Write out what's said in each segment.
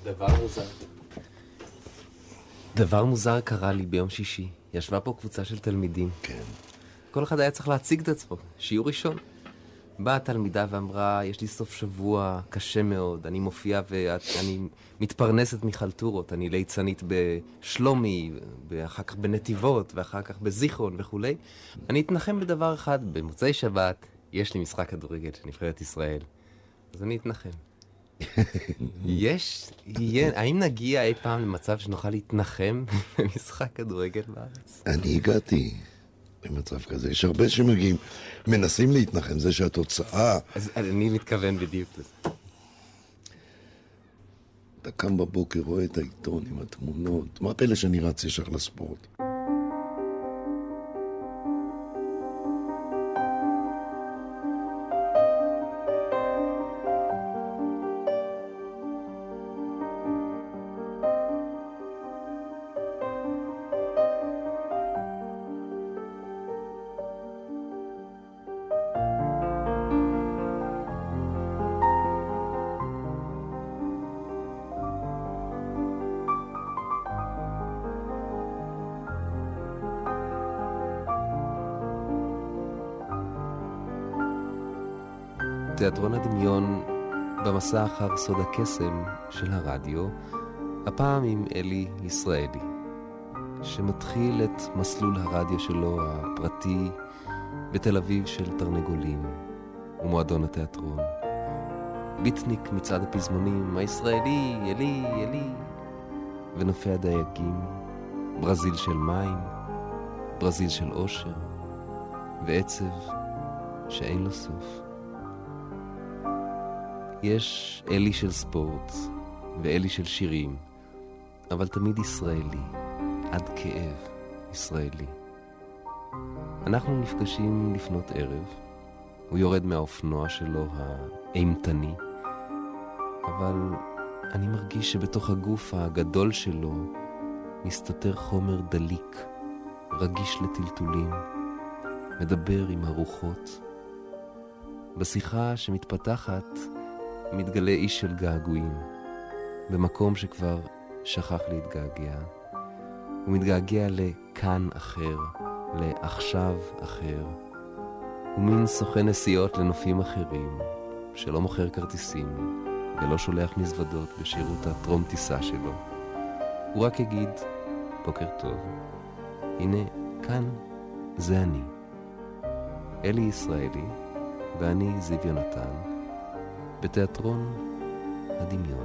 דבר מוזר קרה לי ביום שישי. ישבה פה קבוצה של תלמידים. כן. כל אחד היה צריך להציג את עצמו. שיעור ראשון. באה התלמידה ואמרה, יש לי סוף שבוע קשה מאוד, אני מופיעה ואני מתפרנסת מחלטורות, אני ליצנית בשלומי, ואחר כך בנתיבות, ואחר כך בזיכרון וכו'. אני אתנחם בדבר אחד, במוצאי שבת יש לי משחק כדורגל של נבחרת ישראל. אז אני אתנחם. האם נגיע אי פעם למצב שנוכל להתנחם במשחק כדורגל בארץ? אני הגעתי למצב כזה. יש הרבה שמגיעים, מנסים להתנחם, זה שהתוצאה... אז אני מתכוון בדיוק לזה. אתה קם בבוקר, רואה את העיתון עם התמונות. מה הפלא שאני רץ ישר לספורט? תיאטרון הדמיון במסע אחר סוד הקסם של הרדיו, הפעם עם אלי ישראלי, שמתחיל את מסלול הרדיו שלו הפרטי בתל אביב של תרנגולים ומועדון התיאטרון. ביטניק מצעד הפזמונים, הישראלי, אלי, אלי, ונופי הדייגים, ברזיל של מים, ברזיל של אושר, ועצב שאין לו סוף. יש אלי של ספורט ואלי של שירים, אבל תמיד ישראלי, עד כאב ישראלי. אנחנו נפגשים לפנות ערב, הוא יורד מהאופנוע שלו האימתני, אבל אני מרגיש שבתוך הגוף הגדול שלו מסתתר חומר דליק, רגיש לטלטולים, מדבר עם הרוחות. בשיחה שמתפתחת מתגלה איש של געגועים, במקום שכבר שכח להתגעגע. הוא מתגעגע לכאן אחר, לעכשיו אחר. הוא מין סוכן נסיעות לנופים אחרים, שלא מוכר כרטיסים ולא שולח מזוודות בשירות הטרום טיסה שלו. הוא רק יגיד, בוקר טוב, הנה, כאן זה אני. אלי ישראלי ואני זיו יונתן, בתיאטרון הדמיון.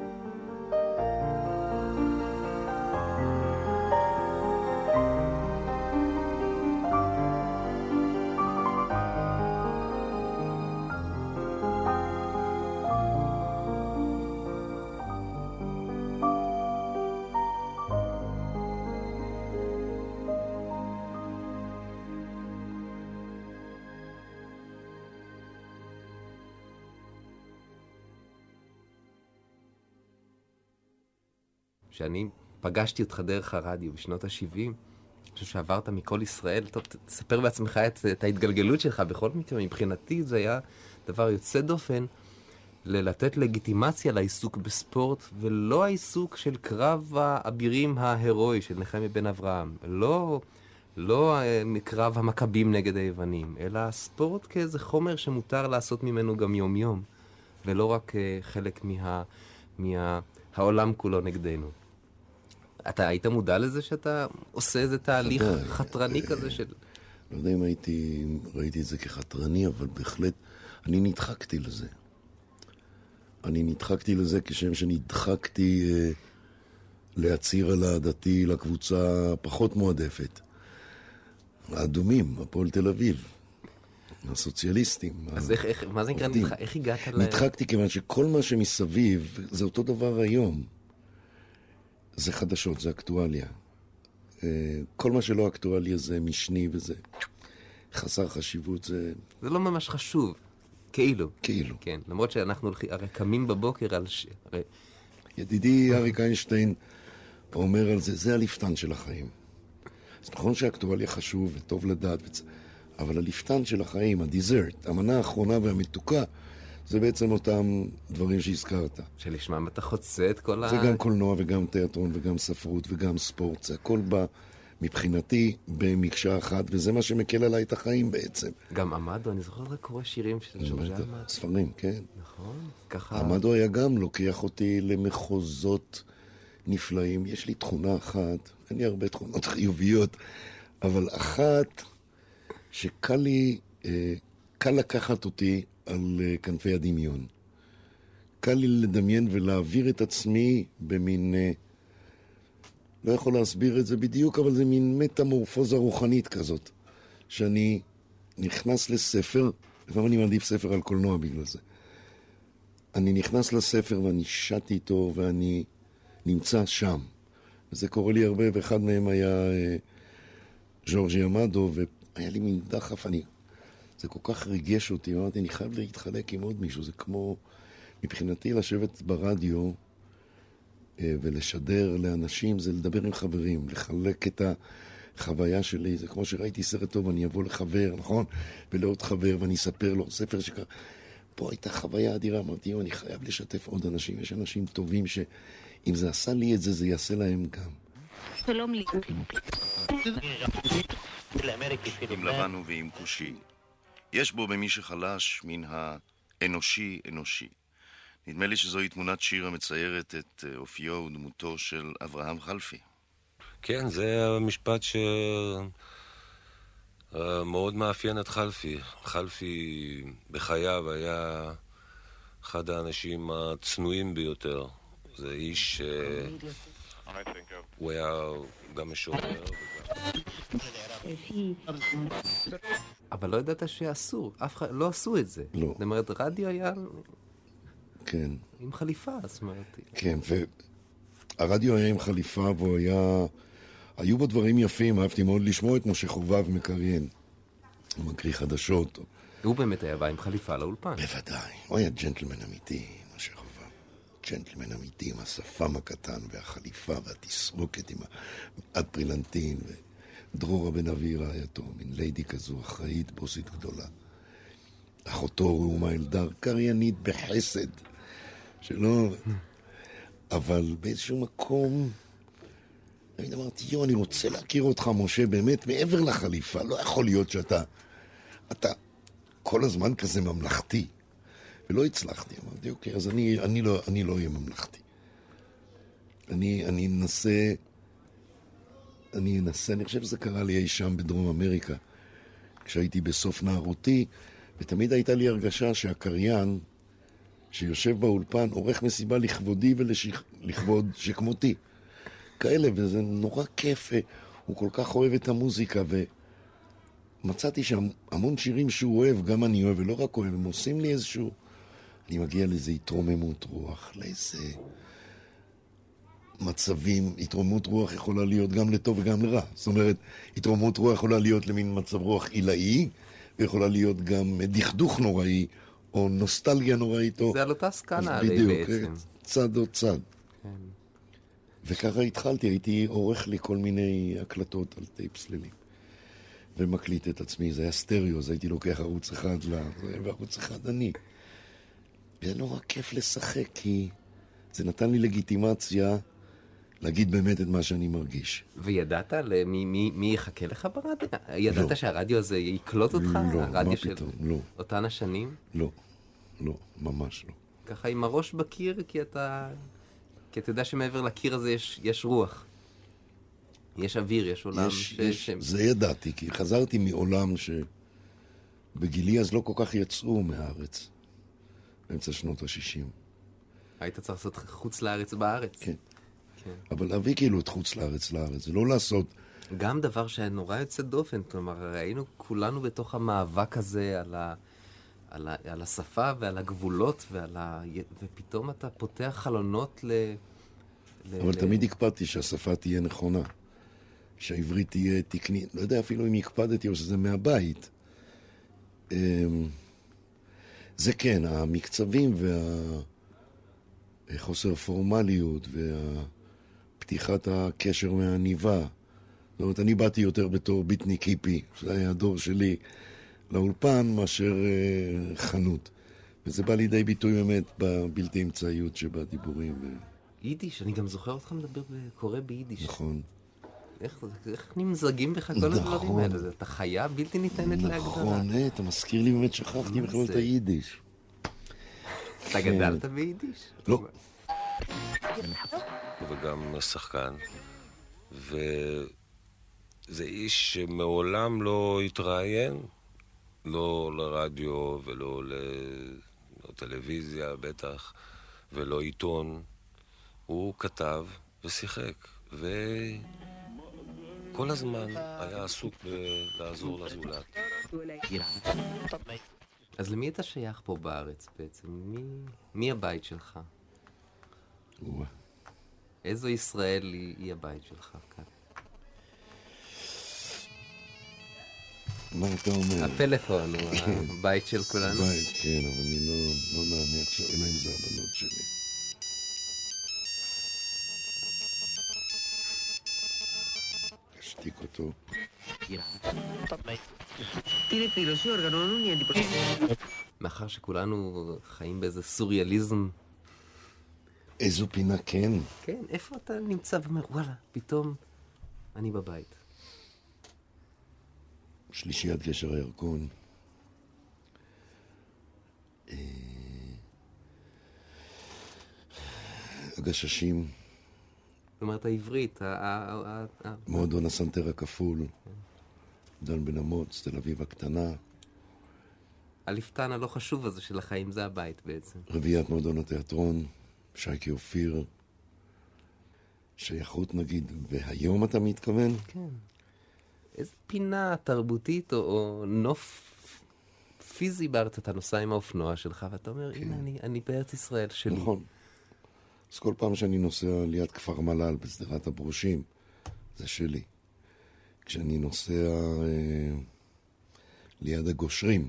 כשאני פגשתי אותך דרך הרדיו בשנות ה-70, אני חושב שעברת מכל ישראל, טוב, תספר בעצמך את ההתגלגלות שלך בכל מקרה. מבחינתי זה היה דבר יוצא דופן לתת לגיטימציה לעיסוק בספורט, ולא העיסוק של קרב האבירים ההירואי של נחמיה בן אברהם, לא קרב המכבים נגד היוונים, אלא ספורט כאיזה חומר שמותר לעשות ממנו גם יום יום, ולא רק חלק העולם כולו נגדנו. אתה היית מודע לזה שאתה עושה איזה תהליך חתרני כזה של... לא יודע אם ראיתי את זה כחתרני, אבל בהחלט אני נדחקתי לזה. אני נדחקתי לזה כשם שנדחקתי להציר על העדתי לקבוצה פחות מועדפת. האדומים, הפועל תל אביב, הסוציאליסטים. אז מה זה נקרא נדחק? איך הגעת נדחקתי כיוון שכל מה שמסביב זה אותו דבר היום. זה חדשות, זה אקטואליה. כל מה שלא אקטואליה זה משני וזה חסר חשיבות. זה לא ממש חשוב. כאילו. כאילו. כן, למרות שאנחנו הרי קמים בבוקר על... ידידי אריק איינשטיין אומר על זה, זה הלפתן של החיים. אז נכון שהאקטואליה חשוב וטוב לדעת, אבל הלפתן של החיים, הדיזרט, המנה האחרונה והמתוקה, זה בעצם אותם דברים שהזכרת. שלשמם אתה חוצה את כל זה גם קולנוע וגם תיאטרון וגם ספרות וגם ספורט. זה הכל בא מבחינתי במקשה אחת, וזה מה שמקל עליי את החיים בעצם. גם עמדו, אני זוכר רק קורא שירים של ז'ורג'ה עמדו. ספרים, כן. נכון, ככה... עמדו היה גם לוקח אותי למחוזות נפלאים. יש לי תכונה אחת, אין לי הרבה תכונות חיוביות, אבל אחת שקל לי, קל לקחת אותי על כנפי הדמיון. קל לי לדמיין ולהעביר את עצמי במין... לא יכול להסביר את זה בדיוק, אבל זה מין מטמורפוזה רוחנית כזאת. שאני נכנס לספר, לפעמים אני מעדיף ספר על קולנוע בגלל זה. אני נכנס לספר ואני שט איתו ואני נמצא שם. וזה קורה לי הרבה, ואחד מהם היה ז'ורג'ה עמדו, והיה לי מין דחף, זה כל כך ריגש אותי, אמרתי, אני חייב להתחלק עם עוד מישהו, זה כמו, מבחינתי לשבת ברדיו ולשדר לאנשים, זה לדבר עם חברים, לחלק את החוויה שלי, זה כמו שראיתי סרט טוב, אני אבוא לחבר, נכון? ולעוד חבר, ואני אספר לו ספר שקרה. פה הייתה חוויה אדירה, אמרתי, אני חייב לשתף עוד אנשים, יש אנשים טובים שאם זה עשה לי את זה, זה יעשה להם גם. שלום לי. עם לבן ועם כושי. יש בו במי שחלש מן האנושי אנושי. נדמה לי שזוהי תמונת שיר המציירת את אופיו ודמותו של אברהם חלפי. כן, זה המשפט שמאוד מאפיין את חלפי. חלפי בחייו היה אחד האנשים הצנועים ביותר. זה איש הוא היה גם משורר אבל לא ידעת שאסור, אף אחד לא עשו את זה. לא. זאת אומרת, רדיו היה כן. עם חליפה, זאת אומרת. כן, והרדיו היה עם חליפה, והוא היה... היו בו דברים יפים, אהבתי מאוד לשמוע את משה חובב מקריין. הוא מקריא חדשות. הוא באמת היה בא עם חליפה לאולפן. בוודאי. הוא היה ג'נטלמן אמיתי, משה חובב. ג'נטלמן אמיתי עם השפם הקטן והחליפה והתסרוקת עם הפרילנטין. ודרורה בן אבי רעייתו, מין ליידי כזו, אחראית, בוסית גדולה. אחותו ראומה אלדר, קריינית בחסד. שלא... אבל באיזשהו מקום... אני אמרתי, אני רוצה להכיר אותך, משה, באמת, מעבר לחליפה. לא יכול להיות שאתה... אתה כל הזמן כזה ממלכתי. ולא הצלחתי. אמרתי, אוקיי, אז אני לא אהיה ממלכתי. אני אנסה... אני חושב שזה קרה לי אי שם בדרום אמריקה. כשהייתי בסוף נערותי, ותמיד הייתה לי הרגשה שהקריין שיושב באולפן עורך מסיבה לכבודי ולכבוד שכמותי. כאלה, וזה נורא כיף, הוא כל כך אוהב את המוזיקה, ומצאתי שהמון שירים שהוא אוהב, גם אני אוהב, ולא רק אוהב, הם עושים לי איזשהו... אני מגיע לאיזו התרוממות רוח, לאיזה מצבים, התרוממות רוח יכולה להיות גם לטוב וגם לרע. זאת אומרת, התרוממות רוח יכולה להיות למין מצב רוח עילאי, ויכולה להיות גם דכדוך נוראי, או נוסטלגיה נוראית, או... זה על אותה סקנה עלי בעצם. בדיוק, צד או צד. כן. וככה התחלתי, הייתי עורך לי כל מיני הקלטות על טייפ סלילים. ומקליט את עצמי, זה היה סטריאו, אז הייתי לוקח ערוץ אחד וערוץ אחד אני. וזה נורא כיף לשחק, כי זה נתן לי לגיטימציה להגיד באמת את מה שאני מרגיש. וידעת מי יחכה לך ברדיו? ידעת שהרדיו הזה יקלוט אותך? לא, הרדיו מה של פתאום, לא. אותן השנים? לא, ממש לא. ככה עם הראש בקיר, כי אתה יודע שמעבר לקיר הזה יש רוח. יש אוויר, יש עולם. זה ידעתי, כי חזרתי מעולם שבגילי אז לא כל כך יצאו מהארץ. באמצע שנות ה-60. היית צריך לעשות חוץ לארץ בארץ. כן. אבל להביא כאילו את חוץ לארץ, זה לא לעשות... גם דבר שנורא יוצא דופן, כלומר, ראינו כולנו בתוך המאבק הזה על השפה ועל הגבולות, ופתאום אתה פותח חלונות אבל תמיד הקפדתי שהשפה תהיה נכונה, שהעברית תהיה תקנית, לא יודע אפילו אם הקפדתי או שזה מהבית. זה כן, המקצבים והחוסר פורמליות פתיחת הקשר מהעניבה. זאת אומרת, אני באתי יותר בתור ביטניק היפי, שזה היה הדור שלי, לאולפן מאשר חנות. וזה בא לידי ביטוי באמת בבלתי אמצעיות שבדיבורים. יידיש, אני גם זוכר אותך מדבר קורא ביידיש. נכון. איך נמזגים בך כל הדברים האלה? אתה חיה בלתי ניתנת להגדרה. נכון, אתה מזכיר לי, באמת שכחתי בכלל את היידיש. אתה גדלת ביידיש? לא. וגם שחקן. וזה איש שמעולם לא התראיין, לא לרדיו ולא לטלוויזיה בטח, ולא עיתון. הוא כתב ושיחק, וכל הזמן היה עסוק לעזור לזולת. אז למי אתה שייך פה בארץ בעצם? מי הבית שלך? איזו ישראל היא הבית שלך כאן? מה אתה אומר? הפלאפון הוא הבית של כולנו? הבית, כן, אבל אני לא נענה עכשיו, אלא אם זה הבנות שלי. אשתיק אותו. מאחר שכולנו חיים באיזה סוריאליזם. איזו פינה, כן. כן, איפה אתה נמצא ואומר, וואלה, פתאום אני בבית. שלישיית גשר הירקון. הגששים. זאת אומרת, העברית, מועדון הסנטר הכפול. דן בן אמוץ, תל אביב הקטנה. הלפתן הלא חשוב הזה של החיים, זה הבית בעצם. רביעיית מועדון התיאטרון, שייקי אופיר. שייכות נגיד, והיום אתה מתכוון? כן. איזה פינה תרבותית או נוף פיזי בארץ, אתה נוסע עם האופנוע שלך, ואתה אומר, כן. הנה, אני בארץ ישראל שלי. נכון. אז כל פעם שאני נוסע ליד כפר מלל בסדרת הברושים, זה שלי. כשאני נוסע ליד הגושרים,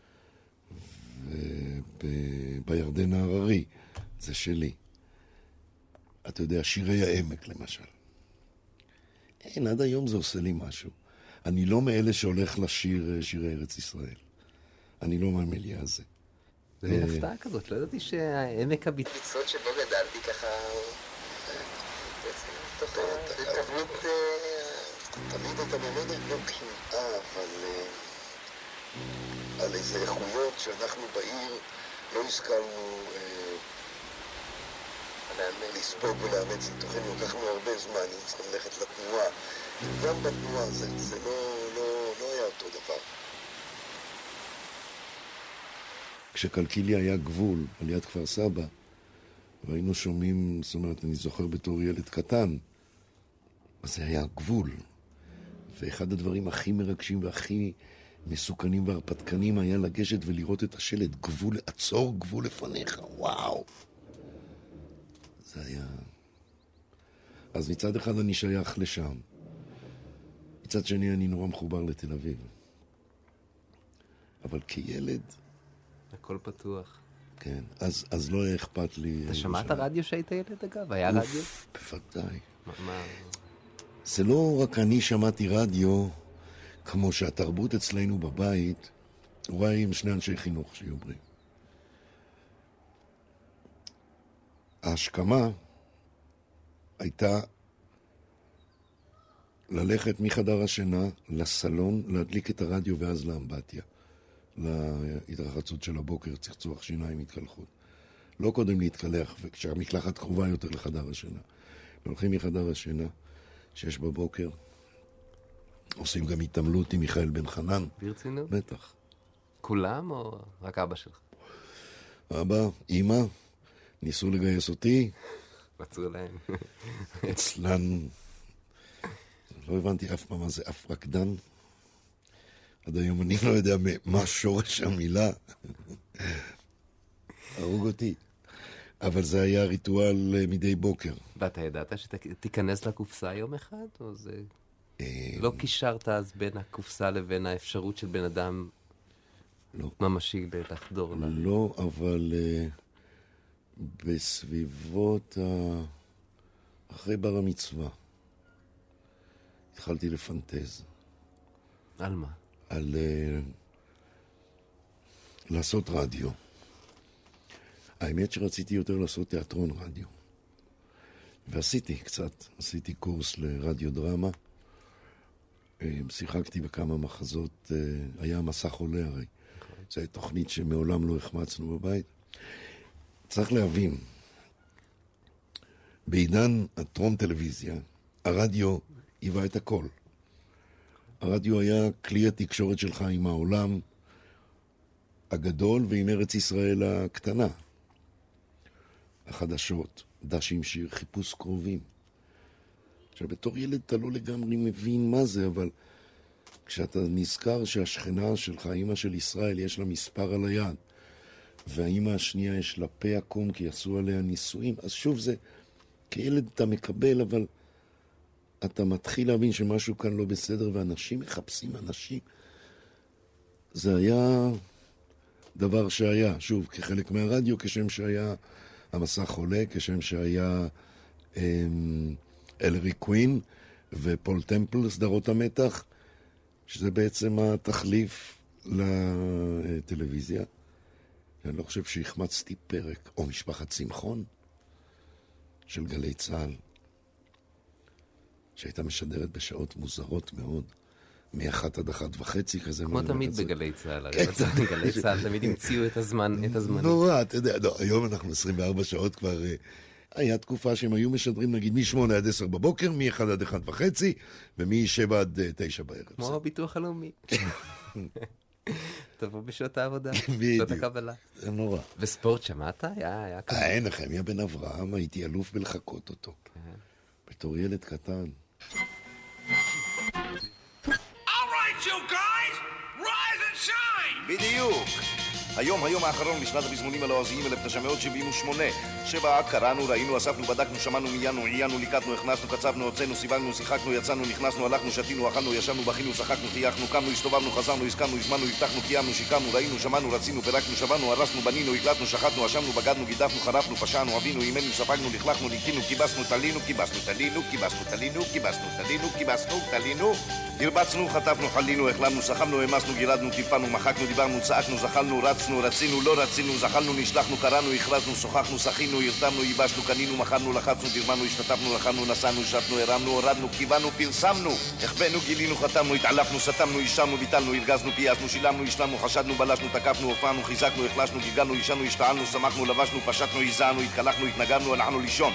ובירדן ההררי, זה שלי. אתה יודע, שירי העמק למשל. אין, עד היום זה עושה לי משהו. אני לא מאלה שהולך לשיר שירי ארץ ישראל. אני לא מהמיליה הזה. זה מין הפתעה כזאת, לא ידעתי שהעמק הביצות שבו גדלתי ככה... תמיד אתה באמת לא קנאה, אבל על איזה איכויות שאנחנו בעיר לא השכלנו לספוג ולאמץ לתוכנו, לקחנו הרבה זמן, אני צריך ללכת לתנועה. גם בתנועה זה לא היה אותו דבר. כשקלקיליה היה גבול על יד כפר סבא, והיינו שומעים, זאת אומרת, אני זוכר בתור ילד קטן, אז זה היה גבול. ואחד הדברים הכי מרגשים והכי מסוכנים והרפתקנים היה לגשת ולראות את השלט, גבול, עצור גבול לפניך, וואו. זה היה... אז מצד אחד אני שייך לשם. מצד שני אני נורא מחובר לתל אביב. אבל כילד... הכל פתוח. כן, אז לא היה אכפת לי... אתה שמעת רדיו שהיית ילד אגב? היה רדיו? בוודאי. מה? זה לא רק אני שמעתי רדיו, כמו שהתרבות אצלנו בבית, אולי עם שני אנשי חינוך שיהיו בריאים. ההשכמה הייתה ללכת מחדר השינה לסלון, להדליק את הרדיו ואז לאמבטיה. להתרחצות של הבוקר, צחצוח שיניים, התקלחות. לא קודם להתקלח, וכשהמקלחת קרובה יותר לחדר השינה. הולכים מחדר השינה, 6 בבוקר, עושים גם התעמלות עם מיכאל בן חנן. ברצינות? בטח. כולם או רק אבא שלך? אבא, אמא, ניסו לגייס אותי. מצאו להם. אצלן, לא הבנתי אף פעם מה זה אף רקדן. עד היום אני לא יודע מה שורש המילה. הרוג אותי. אבל זה היה ריטואל מדי בוקר. ואתה ידעת שתיכנס לקופסה יום אחד? או זה... לא קישרת אז בין הקופסה לבין האפשרות של בן אדם ממשי לחדור לה? לא, אבל בסביבות אחרי בר המצווה התחלתי לפנטז. על מה? על לעשות רדיו. האמת שרציתי יותר לעשות תיאטרון רדיו. ועשיתי קצת, עשיתי קורס לרדיו דרמה. שיחקתי בכמה מחזות, היה מסך עולה הרי. זו תוכנית שמעולם לא החמצנו בבית. צריך להבין, בעידן הטרום טלוויזיה, הרדיו היווה את הכל. הרדיו היה כלי התקשורת שלך עם העולם הגדול ועם ארץ ישראל הקטנה. החדשות, דש עם שיר, חיפוש קרובים. עכשיו, בתור ילד אתה לא לגמרי מבין מה זה, אבל כשאתה נזכר שהשכנה שלך, האמא של ישראל, יש לה מספר על היד, והאמא השנייה יש לה פה עקום כי עשו עליה נישואים, אז שוב זה, כילד אתה מקבל, אבל אתה מתחיל להבין שמשהו כאן לא בסדר, ואנשים מחפשים אנשים. זה היה דבר שהיה, שוב, כחלק מהרדיו, כשם שהיה המסך חולה, כשם שהיה אלרי קווין ופול טמפל, סדרות המתח, שזה בעצם התחליף לטלוויזיה. אני לא חושב שהחמצתי פרק, או משפחת שמחון, של גלי צהל, שהייתה משדרת בשעות מוזרות מאוד, מ-1 עד 1:30 כזה. כמו תמיד בגלי צהל, גלי צהל תמיד המציאו את הזמנים. נורא, אתה יודע, היום אנחנו 24 שעות כבר, היה תקופה שהם היו משדרים נגיד מ-8 עד 10 בבוקר, מ-1 עד 1:30, ומ-7 עד 9 בערב. כמו הביטוח הלאומי. תבוא בשעות העבודה, בשעות הקבלה. זה נורא. וספורט שמעת? היה כזה. נחמיה בן אברהם, הייתי אלוף בלחקות אותו. בתור ילד קטן. בדיוק. היום האחרון לשנת הפזמונים הלועזיים 1978. שבה קראנו, ראינו, אספנו, בדקנו, שמענו, מיינו, עיינו, ליקטנו, הכנסנו, קצבנו, הוצאנו, סיווגנו, שיחקנו, יצאנו, נכנסנו, הלכנו, שתינו, אכלנו, ישבנו, בכינו, צחקנו, חייכנו, קמנו, הסתובבנו, חזרנו, הסכמנו, הזמנו, הבטחנו, קיימנו, שיקמנו, ראינו, שמענו, רצינו, פירקנו, שבנו, הרסנו, בנינו, הקלטנו, שחטנו, אשמנו, בגדנו, גידפנו, חרפנו, פשענו, אבינו, אימנו, ספגנו, לכלכנו, ניקינו, קיבסנו, תלינו, קיבסנו, תלינו, קיבסנו, תלינו, קיבסנו, תלינו, קיבסנו, תלינו, הרבצנו, חטפנו, חלינו, החלמנו, סחמנו, המסנו, גירדנו, טיפנו, מחקנו, דיברנו, צעקנו, זחלנו, רצנו, רצינו, לא רצינו, זחלנו, נשלחנו, קראנו, הכרזנו, שוחחנו, שחינו, הרתמנו, ייבשנו, קנינו, מכרנו, לחצנו, דרמנו, השתתפנו, לחנו, נסענו, שטנו, הרמנו, הורדנו, קיבנו, פרסמנו, הכבנו, גילינו, חתמנו, התעלפנו, סתמנו, אישרנו, ביטלנו, הרגזנו, פייסנו, שילמנו, השלמנו, חשדנו, בלשנו, תקפנו, הופענו, חיזקנו, החלשנו, גיגלנו, ישנו, השתעלנו, שמחנו, לבשנו, פשטנו, הזענו, התקלחנו, התנגרנו, הלכנו לישון.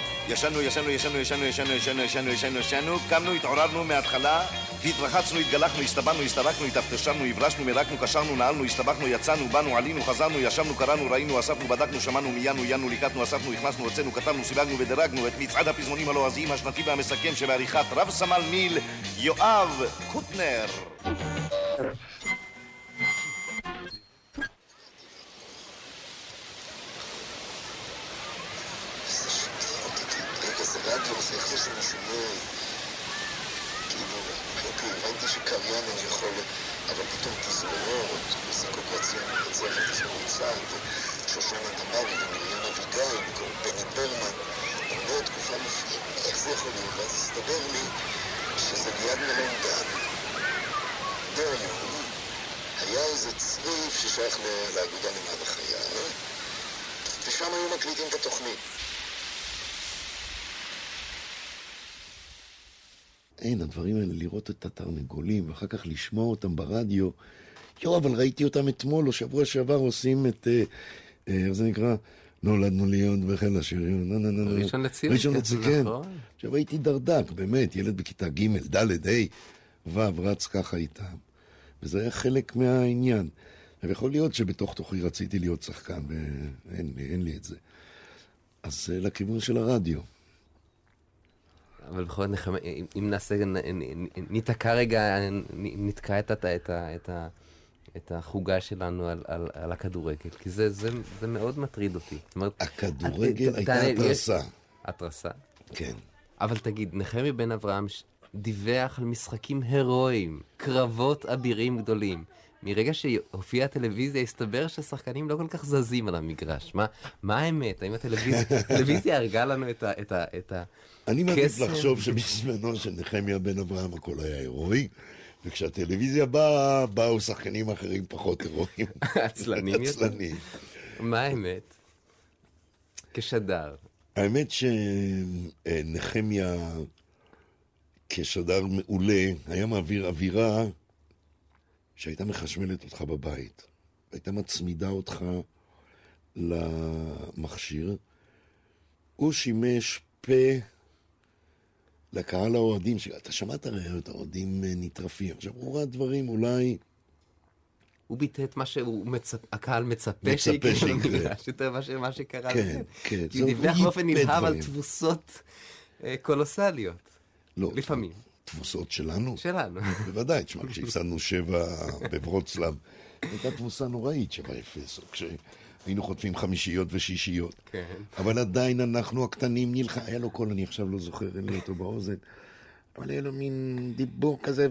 ישנו, קמנו, התעוררנו מההתחלה, התרחצנו, התגלחנו, הסתבנו, הסתרקנו, התאפתשנו, הברשנו, מרקנו, קשרנו, נעלנו, הסתבכנו, יצאנו, באנו, עלינו, חזרנו, ישבנו, קראנו, ראינו, אספנו, בדקנו, שמענו, מיינו, עיינו, ליקטנו, אספנו, הכנסנו, הוצאנו, כתבנו, סיווגנו ודרגנו את מצעד הפזמונים הלועזיים השנתי והמסכם שבעריכת רב סמל מיל יואב קוטנר. ראיתי שקריין אני יכול, אבל פתאום תזמורות, מוזיקות רציוניות, מצליח לתזמור צעד, שושנה דמארי ומרים אביגיל, בני ברמן, הרבה תקופה מופלאה, איך זה יכול להיות? ואז הסתבר לי שזה ליד מלון דן, דריון, היה איזה צריף ששייך לאגודה למען החייל, ושם היו מקליטים את התוכנית. אין, הדברים האלה, לראות את התרנגולים, ואחר כך לשמוע אותם ברדיו. אבל ראיתי אותם אתמול, או שבוע שעבר, עושים את, איך זה נקרא? נולדנו להיות בחיל השריון. ראשון לציון. ראשון לציון, כן. עכשיו הייתי דרדק, באמת, ילד בכיתה ג', ד', ה', ו', רץ ככה איתם. וזה היה חלק מהעניין. ויכול להיות שבתוך תוכי רציתי להיות שחקן, ואין לי את זה. אז לכיוון של הרדיו. אבל בכל זאת, אם נעשה, ניתקע רגע, נתקע את החוגה שלנו על הכדורגל, כי זה מאוד מטריד אותי. הכדורגל הייתה התרסה. התרסה? כן. אבל תגיד, נחמיה בן אברהם דיווח על משחקים הירואיים, קרבות אבירים גדולים. מרגע שהופיעה הטלוויזיה, הסתבר שהשחקנים לא כל כך זזים על המגרש. מה האמת? האם הטלוויזיה הרגה לנו את הקסם? אני מעדיף לחשוב שבזמנו של נחמיה בן אברהם הכל היה הירואי, וכשהטלוויזיה באה, באו שחקנים אחרים פחות הירואיים. עצלנים יותר. עצלנים. מה האמת? כשדר. האמת שנחמיה כשדר מעולה היה מעביר אווירה שהייתה מחשמלת אותך בבית. הייתה מצמידה אותך למכשיר. הוא שימש פה לקהל האוהדים. אתה שמעת הרי את האוהדים נטרפים. עכשיו הוא ראה דברים אולי... הוא ביטא את מה שהקהל מצפה שיקרה במגרש, יותר מאשר מה שקרה. כן, כן. כי הוא דיווח באופן נלהב על תבוסות קולוסליות. לא. לפעמים. תבוסות שלנו? שלנו. בוודאי, תשמע, כשהפסדנו 7 בברוצלב, הייתה תבוסה נוראית 7-0, או כשהיינו חוטפים 5 ו6. כן. אבל עדיין אנחנו הקטנים נלחם, היה לו קול, אני עכשיו לא זוכר, אין לי אותו באוזן, אבל היה לו מין דיבור כזה,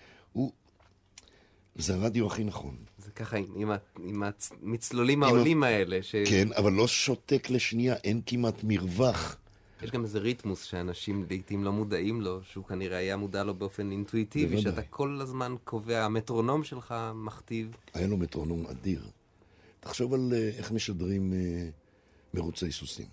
זה הרדיו הכי נכון. זה ככה, עם המצלולים העולים האלה. כן, אבל לא שותק לשנייה, אין כמעט מרווח. יש גם איזה ריתמוס שאנשים לעתים לא מודעים לו, שהוא כנראה היה מודע לו באופן אינטואיטיבי, שאתה כל הזמן קובע, המטרונום שלך מכתיב. היה לו מטרונום אדיר. תחשוב על איך משדרים מרוצי סוסים.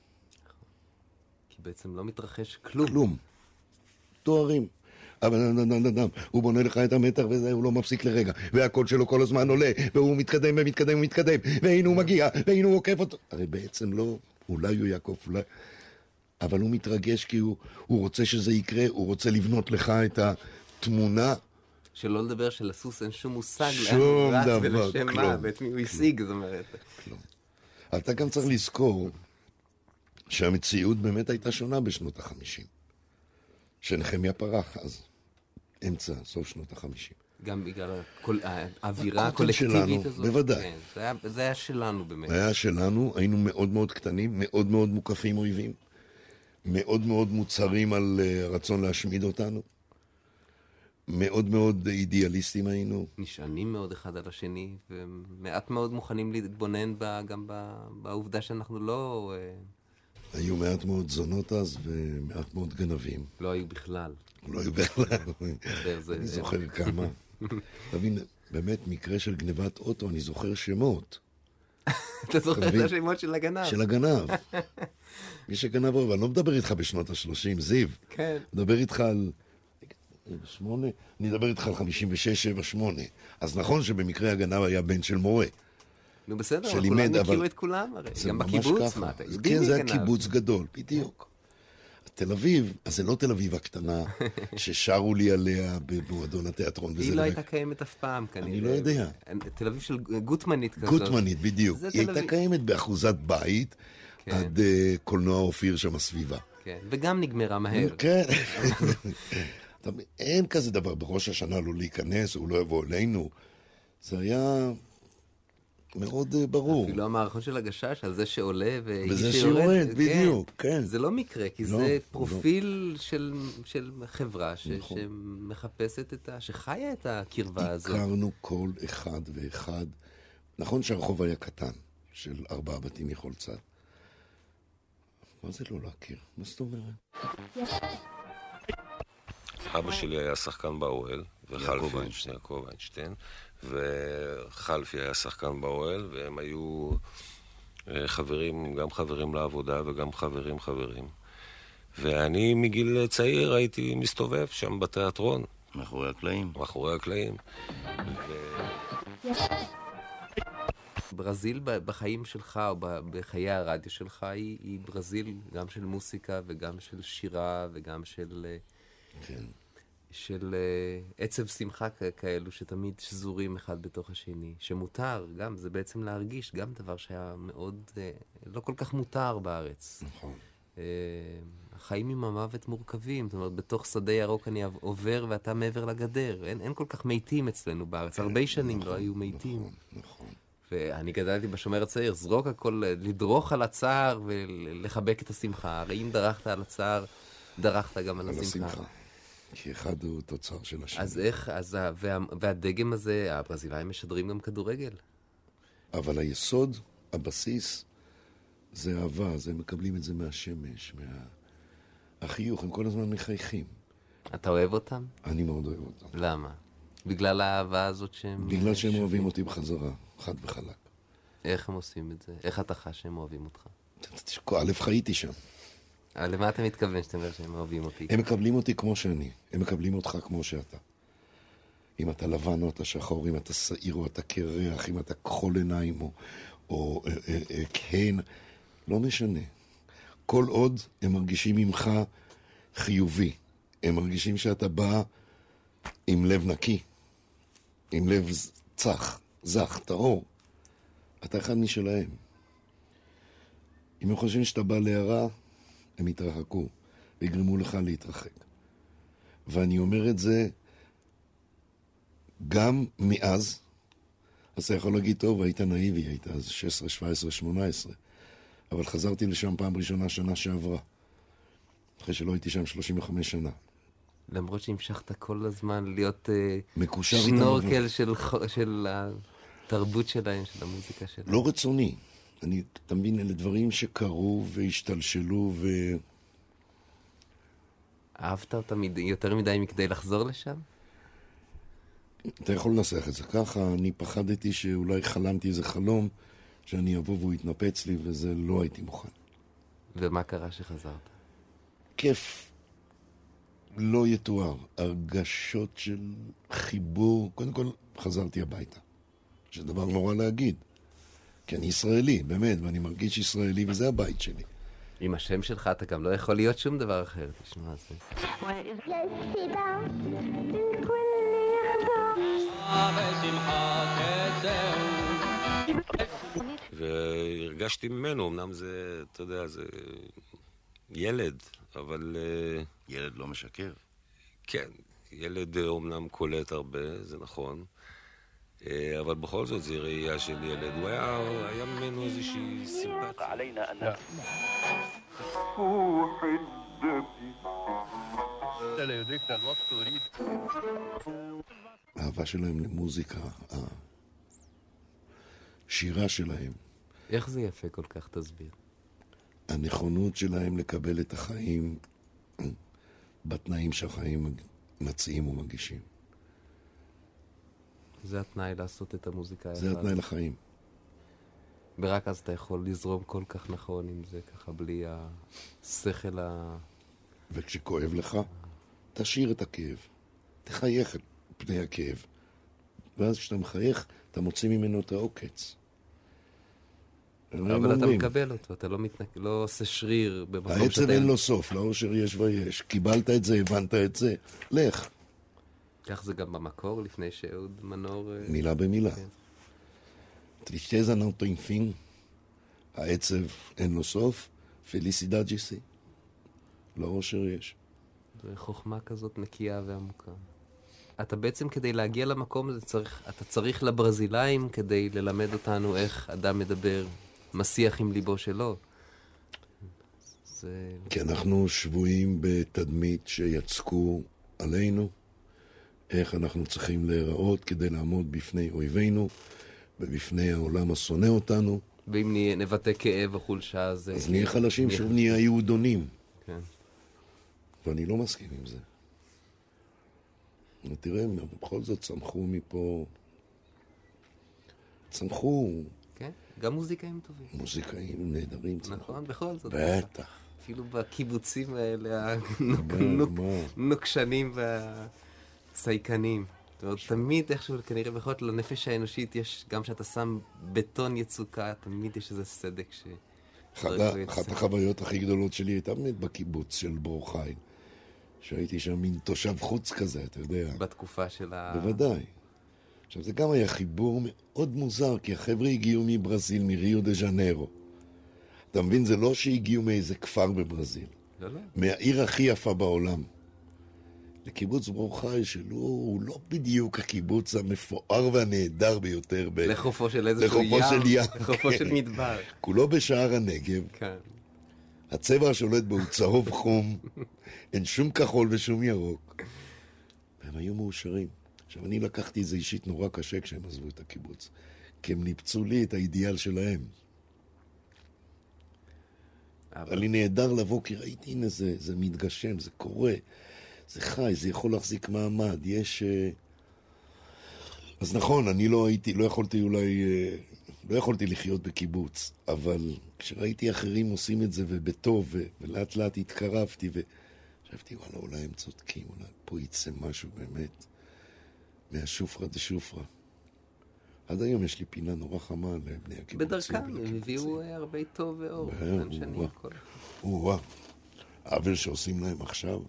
כי בעצם לא מתרחש כלום. כלום. תוארים. אבל הוא בונה לך את המתח וזה, הוא לא מפסיק לרגע. והקול שלו כל הזמן עולה, והוא מתקדם ומתקדם ומתקדם, והנה הוא מגיע, והנה הוא עוקף אותו. הרי בעצם לא, אולי הוא יעקוף, אולי... אבל הוא מתרגש כי הוא רוצה שזה יקרה, הוא רוצה לבנות לך את התמונה. שלא לדבר שלסוס אין שום מושג שום לאן הוא דבר, רץ ולשם מה, ואת מי הוא השיג, זאת אומרת. כלום. אתה גם צריך לזכור שהמציאות באמת הייתה שונה בשנות ה-50. שנחמיה פרח אז, אמצע, סוף שנות ה-50. גם בגלל האווירה הקולקטיבית הזאת. בוודאי. כן, זה היה שלנו באמת. היה שלנו, היינו מאוד מאוד קטנים, מאוד מאוד מוקפים אויבים, מאוד מאוד מוצרים על רצון להשמיד אותנו, מאוד מאוד אידיאליסטים היינו. נשענים מאוד אחד על השני, ומעט מאוד מוכנים להתבונן גם בעובדה שאנחנו לא... היו מעט מאוד זונות אז, ומעט מאוד גנבים. לא היו בכלל. לא היו בכלל. אני זוכר כמה. תבין, באמת, מקרה של גנבת אוטו, אני זוכר שמות. אתה זוכר את השמות של הגנב? של הגנב. מי שגנב, אבל אני לא מדבר איתך בשנות ה-30, זיו. כן. מדבר איתך על... 8, אני מדבר איתך על 56, 7, 8. אז נכון שבמקרה הגנב היה בן של מורה. נו בסדר, אבל כולם הכירו את כולם הרי. גם בקיבוץ, מה אתה יודעים כן, מי זה גנב? היה קיבוץ גדול, בדיוק. תל אביב, אז זה לא תל אביב הקטנה, ששרו לי עליה במועדון התיאטרון. היא לא הייתה קיימת אף פעם, כנראה. אני לא יודע. תל אביב של גוטמנית כזאת. גוטמנית, בדיוק. היא הייתה קיימת באחוזת בית, עד קולנוע אופיר שם הסביבה. כן, וגם נגמרה מהר. כן. אין כזה דבר בראש השנה לא להיכנס, הוא לא יבוא אלינו. זה היה מאוד ברור. אפילו המערכון של הגשש, על זה שעולה וזה שיורד, בדיוק, כן. זה לא מקרה, כי זה פרופיל של חברה שמחפשת שחיה את הקרבה הזאת. הכרנו כל אחד ואחד. נכון שהרחוב היה קטן, של 4 בתים מכל צד. מה זה לא להכיר? מה זאת אומרת? אבא שלי היה שחקן באוהל, יעקב איינשטיין, וחלפי היה שחקן באוהל, והם היו חברים, גם חברים לעבודה וגם חברים. ואני מגיל צעיר הייתי מסתובב שם בתיאטרון. מאחורי הקלעים. מאחורי הקלעים. ברזיל בחיים שלך, או בחיי הרדיו שלך, היא ברזיל גם של מוסיקה וגם של שירה וגם של עצב שמחה כאלו שתמיד שזורים אחד בתוך השני, שמותר גם, זה בעצם להרגיש גם דבר שהיה מאוד, לא כל כך מותר בארץ. נכון. החיים עם המוות מורכבים, זאת אומרת, בתוך שדה ירוק אני עובר ואתה מעבר לגדר, אין כל כך מתים אצלנו בארץ, הרבה שנים לא היו מתים. נכון. ואני גדלתי בשומר הצעיר, זרוק הכל, לדרוך על הצער ולחבק את השמחה. הרי אם דרכת על הצער, דרכת גם על השמחה. כי אחד הוא תוצר של השני. אז איך, והדגם הזה, הברזילאים משדרים גם כדורגל. אבל היסוד, הבסיס, זה אהבה, זה מקבלים את זה מהשמש, מהחיוך, הם כל הזמן מחייכים. אתה אוהב אותם? אני מאוד אוהב אותם. למה? בגלל האהבה הזאת שהם... בגלל שהם אוהבים אותי בחזרה, חד וחלק. איך הם עושים את זה? איך אתה חש שהם אוהבים אותך? א', חייתי שם. אבל למה אתה מתכוון שאתה אומר שהם אוהבים אותי? הם מקבלים אותי כמו שאני, הם מקבלים אותך כמו שאתה. אם אתה לבן או אתה שחור, אם אתה שעיר או אתה קרח, אם אתה כחול עיניים או כהן, לא משנה. כל עוד הם מרגישים ממך חיובי, הם מרגישים שאתה בא עם לב נקי, עם לב צח, זך, טהור, אתה אחד משלהם. אם הם חושבים שאתה בא להרע, הם יתרחקו ויגרמו לך להתרחק. ואני אומר את זה גם מאז, אז אתה יכול להגיד, טוב, היית נאיבי, היית אז 16, 17, 18, אבל חזרתי לשם פעם ראשונה שנה שעברה, אחרי שלא הייתי שם 35 שנה. למרות שהמשכת כל הזמן להיות שנורקל של התרבות שלהם, של המוזיקה שלהם. לא רצוני. אתה מבין, אלה דברים שקרו והשתלשלו אהבת אותה יותר מדי מכדי לחזור לשם? אתה יכול לנסח את זה ככה. אני פחדתי שאולי חלמתי איזה חלום שאני אבוא והוא יתנפץ לי, וזה לא הייתי מוכן. ומה קרה שחזרת? כיף לא יתואר. הרגשות של חיבור. קודם כל חזרתי הביתה, שזה דבר נורא להגיד, כי אני ישראלי, באמת, ואני מרגיש ישראלי, וזה הבית שלי. עם השם שלך אתה גם לא יכול להיות שום דבר אחר, תשמע את זה. והרגשתי ממנו, אמנם זה, אתה יודע, זה ילד, אבל... ילד לא משקר. כן, ילד אומנם קולט הרבה, זה נכון. אבל בכל זאת זה ראייה של ילד. הוא היה ממנו איזושהי סימפתיה. האהבה שלהם למוזיקה, השירה שלהם. איך זה יפה כל כך, תסביר? הנכונות שלהם לקבל את החיים בתנאים שהחיים מציעים ומגישים. זה התנאי לעשות את המוזיקה. זה התנאי לחיים. ורק אז אתה יכול לזרום כל כך נכון עם זה, ככה בלי השכל וכשכואב לך, תשאיר את הכאב. תחייך את פני הכאב. ואז כשאתה מחייך, אתה מוציא ממנו את העוקץ. אבל אתה מקבל אותו, אתה לא עושה שריר במקום שאתה... העצב אין לו סוף, לאושר יש ויש. קיבלת את זה, הבנת את זה, לך. כך זה גם במקור, לפני שאהוד מנור... מילה במילה. טריסטזה לא tem fin, העצב אין לו סוף, פליסידד ג'יסי. לאושר יש. זו חוכמה כזאת נקייה ועמוקה. אתה בעצם כדי להגיע למקום הזה אתה צריך לברזילאים כדי ללמד אותנו איך אדם מדבר מסיח עם ליבו שלו. כי אנחנו שבויים בתדמית שיצקו עלינו, איך אנחנו צריכים להיראות כדי לעמוד בפני אויבינו ובפני העולם השונא אותנו. ואם נבטא כאב או חולשה אז נהיה חלשים, שוב נהיה יהודונים. כן. ואני לא מסכים עם זה. תראה, בכל זאת צמחו מפה... צמחו... כן, גם מוזיקאים טובים. מוזיקאים נהדרים צמחו. נכון, בכל זאת. בטח. אפילו בקיבוצים האלה, הנוקשנים והצייקנים. זאת אומרת, תמיד איכשהו, כנראה בכל זאת, לנפש האנושית יש, גם שאתה שם בטון יצוקה, תמיד יש איזה סדק ש... אחת החוויות הכי גדולות שלי הייתה באמת בקיבוץ של ברור חיל. שהייתי שם מין תושב חוץ כזה, אתה יודע. בתקופה של בוודאי. עכשיו, זה גם היה חיבור מאוד מוזר, כי החבר'ה הגיעו מברזיל, מריו דה ז'נרו. אתה מבין, זה לא שהגיעו מאיזה כפר בברזיל. לא. מהעיר הכי יפה בעולם. לקיבוץ ברור חיל שלו, הוא לא בדיוק הקיבוץ המפואר והנהדר ביותר. לחופו של איזשהו ים. לחופו של מדבר. כולו בשער הנגב. כן. הצבע השולט בו הוא צהוב חום, אין שום כחול ושום ירוק. והם היו מאושרים. עכשיו, אני לקחתי את זה אישית נורא קשה כשהם עזבו את הקיבוץ, כי הם ניפצו לי את האידיאל שלהם. אבל לי נהדר לבוא, כי ראיתי, הנה, זה מתגשם, זה קורה, זה חי, זה יכול להחזיק מעמד, יש... אז נכון, אני לא יכולתי אולי לא יכולתי לחיות בקיבוץ, אבל כשראיתי אחרים עושים את זה ובטוב, ולאט לאט התקרבתי, וחשבתי, וואלה, אולי הם צודקים, אולי פה יצא משהו באמת מהשופרה דשופרה. עד היום יש לי פינה נורא חמה לבני הקיבוצים. בדרכם, הם הביאו הרבה טוב ואור. העוול שעושים להם עכשיו,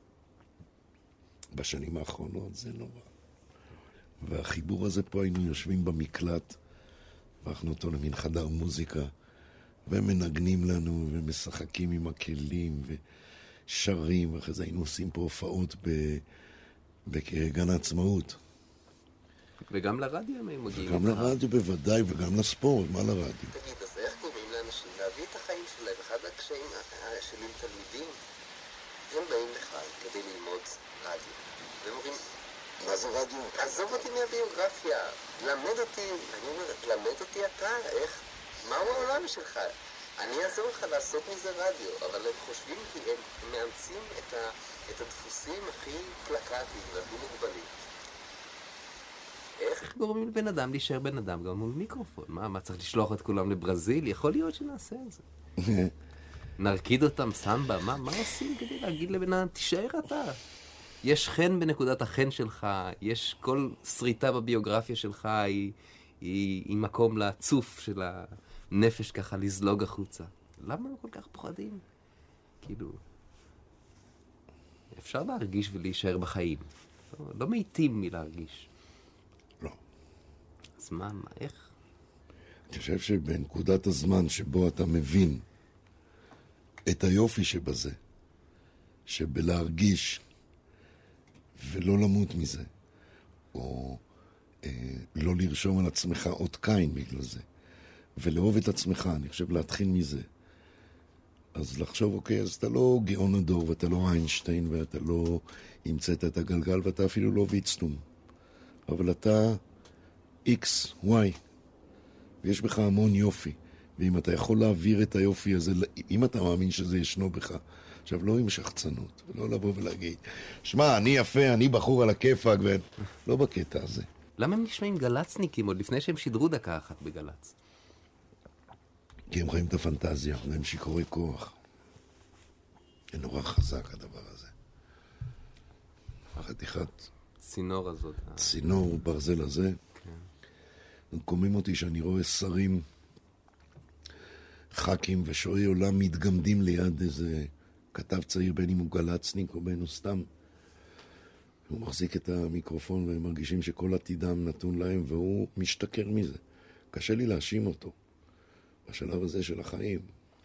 בשנים האחרונות, זה נורא. והחיבור הזה פה היינו יושבים במקלט, והפכנו אותו למין חדר מוזיקה, ומנגנים לנו, ומשחקים עם הכלים, ושרים, ואחרי זה היינו עושים פה הופעות בגן העצמאות. וגם לרדיו הם מגיעים. וגם לרדיו בוודאי, וגם לספורט, מה לרדיו? תגיד, אז איך קוראים לאנשים להביא את החיים שלהם? אחד הקשיים שלי עם תלמידים, הם באים לכאן כדי ללמוד רדיו. והם אומרים, מה זה רדיו? עזוב אותי מהביוגרפיה, למד אותי, אני אומרת, למד אותי אתה, איך? מהו העולם שלך? אני אעזור לך לעשות מזה רדיו, אבל הם חושבים כי הם מאמצים את הדפוסים הכי פלקטיים והכי מוגבלים. איך גורמים לבן אדם להישאר בן אדם גם מול מיקרופון? מה, צריך לשלוח את כולם לברזיל? יכול להיות שנעשה את זה. נרקיד אותם סמבה, מה עושים כדי להגיד לבן אדם, תישאר אתה. יש חן בנקודת החן שלך, יש כל שריטה בביוגרפיה שלך, היא מקום לצוף של הנפש ככה לזלוג החוצה. למה הם כל כך פוחדים? כאילו, אפשר להרגיש ולהישאר בחיים. לא מעיטים מלהרגיש. לא. אז מה, איך? אני חושב שבנקודת הזמן שבו אתה מבין את היופי שבזה, שבלהרגיש ולא למות מזה, או לא לרשום על עצמך עוד קין בגלל זה, ולאהוב את עצמך, אני חושב להתחיל מזה. אז לחשוב, אוקיי, אז אתה לא גאון הדור, ואתה לא איינשטיין, ואתה לא המצאת את הגלגל, ואתה אפילו לא ויצטום. אבל אתה X, Y, ויש בך המון יופי. ואם אתה יכול להעביר את היופי הזה, אם אתה מאמין שזה ישנו בך, עכשיו לא עם שחצנות, ולא לבוא ולהגיד, שמע, אני יפה, אני בחור על הכיפק, לא בקטע הזה. למה הם נשמעים גלצניקים עוד לפני שהם שידרו דקה אחת בגלץ? כי הם חיים את הפנטזיה, והם שיכורי כוח. זה נורא חזק הדבר הזה. חתיכת צינור הזאת. צינור ברזל הזה. כן. קומם אותי שאני רואה שרים, ח"כים ושועי עולם מתגמדים ליד איזה כתב צעיר, בין אם הוא גלצניק או בין הוא סתם. הוא מחזיק את המיקרופון והם מרגישים שכל עתידם נתון להם, והוא משתכר מזה. קשה לי להאשים אותו בשלב הזה של החיים.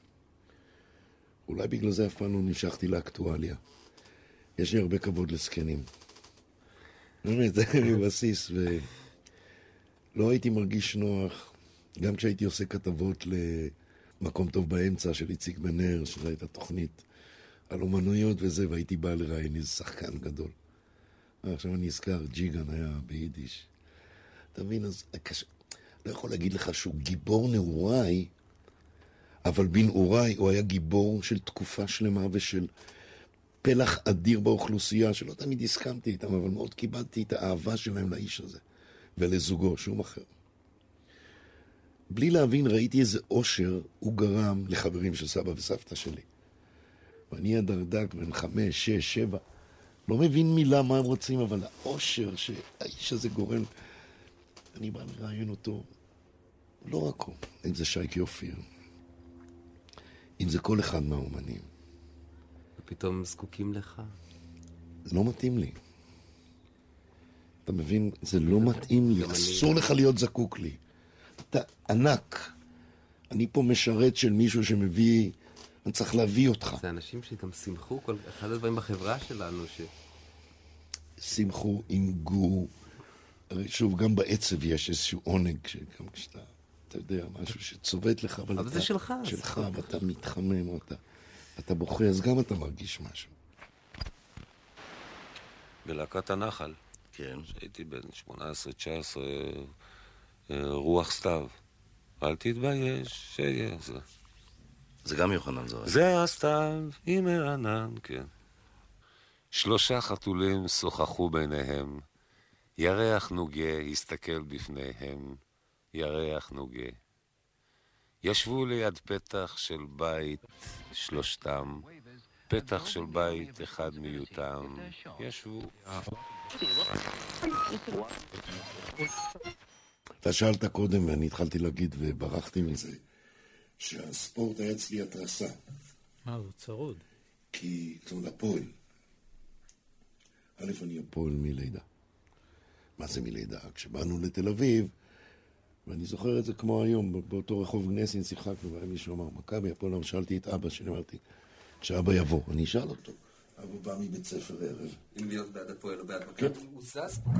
אולי בגלל זה אף פעם לא נמשכתי לאקטואליה. יש לי הרבה כבוד לסקנים. באמת, זה מבסיס, ולא הייתי מרגיש נוח, גם כשהייתי עושה כתבות למקום טוב באמצע של איציק בנר, שזו הייתה תוכנית על אומנויות וזה, והייתי בא לראיין איזה שחקן גדול. עכשיו אני אזכר, ג'יגן היה ביידיש. אתה מבין, אז לא יכול להגיד לך שהוא גיבור נעוריי, אבל בנעוריי הוא היה גיבור של תקופה שלמה ושל פלח אדיר באוכלוסייה, שלא תמיד הסכמתי איתם, אבל מאוד קיבלתי את האהבה שלהם לאיש הזה, ולזוגו, שום אחר. בלי להבין, ראיתי איזה אושר הוא גרם לחברים של סבא וסבתא שלי. ואני הדרדק בין 5, 6, 7, לא מבין מילה מה הם רוצים, אבל האושר שהאיש הזה גורם, אני בא לראיין אותו, לא רק הוא, אם זה שייקי אופיר, אם זה כל אחד מהאומנים. ופתאום זקוקים לך. לא מתאים לי. אתה מבין? זה לא מתאים לי. אסור לך להיות זקוק לי. אתה ענק. אני פה משרת של מישהו שמביא, אני צריך להביא אותך. זה אנשים שגם שמחו, אחד הדברים בחברה שלנו שמחו, עינגו. שוב, גם בעצב יש איזשהו עונג, גם כשאתה, אתה יודע, משהו שצובט לך, אבל זה שלך. שלך, ואתה מתחמם, או אתה בוכה, אז גם אתה מרגיש משהו. בלהקת הנחל. כן. שהייתי בן 18-19, רוח סתיו. אל תתבייש שיהיה זה. זה גם יוחנן זרעי. זה הסתיו עם הענן, כן. 3 חתולים שוחחו ביניהם. ירח נוגה הסתכל בפניהם. ירח נוגה ישבו ליד פתח של בית שלושתם, פתח של בית אחד מיותם, ישבו. אתה שאלת קודם ואני התחלתי להגיד וברחתי מזה, שהספורט היה אצלי התרסה. מה, זה צרוד? כי, זאת אומרת, הפועל. א', אני הפועל מלידה. מה זה מלידה? כשבאנו לתל אביב, ואני זוכר את זה כמו היום, באותו רחוב גנסין שיחקנו, והיה מישהו אמר, מכבי, הפועל, שאלתי את אבא שלי, אמרתי, כשאבא יבוא, אני אשאל אותו. אבא בא מבית ספר ערב. אם להיות בעד הפועל או בעד מכבי, הוא זז פה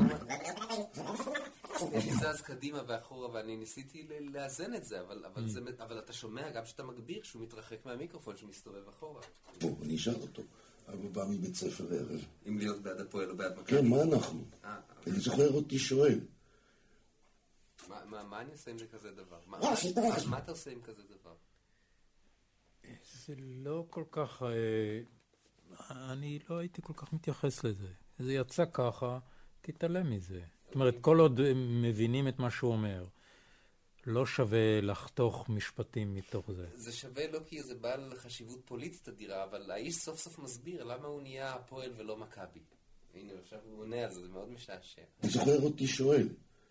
הוא זז קדימה ואחורה, ואני ניסיתי לאזן את זה, אבל אתה שומע גם שאתה מגביר שהוא מתרחק מהמיקרופון, שהוא מסתובב אחורה. בוא, אני אשאל אותו. אבא בא מבית ספר ערב. אם להיות בעד הפועל או בעד מכבי. כן, מה אנחנו? אני זוכר אותי שואל. מה אני עושה עם זה כזה דבר? מה אתה עושה עם כזה דבר? זה לא כל כך... אני לא הייתי כל כך מתייחס לזה. זה יצא ככה, תתעלם מזה. זאת אומרת, כל עוד מבינים את מה שהוא אומר, לא שווה לחתוך משפטים מתוך זה. זה שווה לא כי זה בעל חשיבות פוליטית אדירה, אבל האיש סוף סוף מסביר למה הוא נהיה הפועל ולא מכבי. הנה, עכשיו הוא עונה על זה, זה מאוד משעשע. אני זוכר אותי שואל.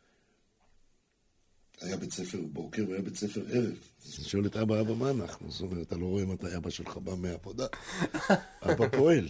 היה בית ספר בוקר והיה בית ספר ערב. אז אני שואל את אבא, מה אנחנו? זאת אומרת, אתה לא רואה מתי אבא שלך בא מהעבודה? אבא פועל.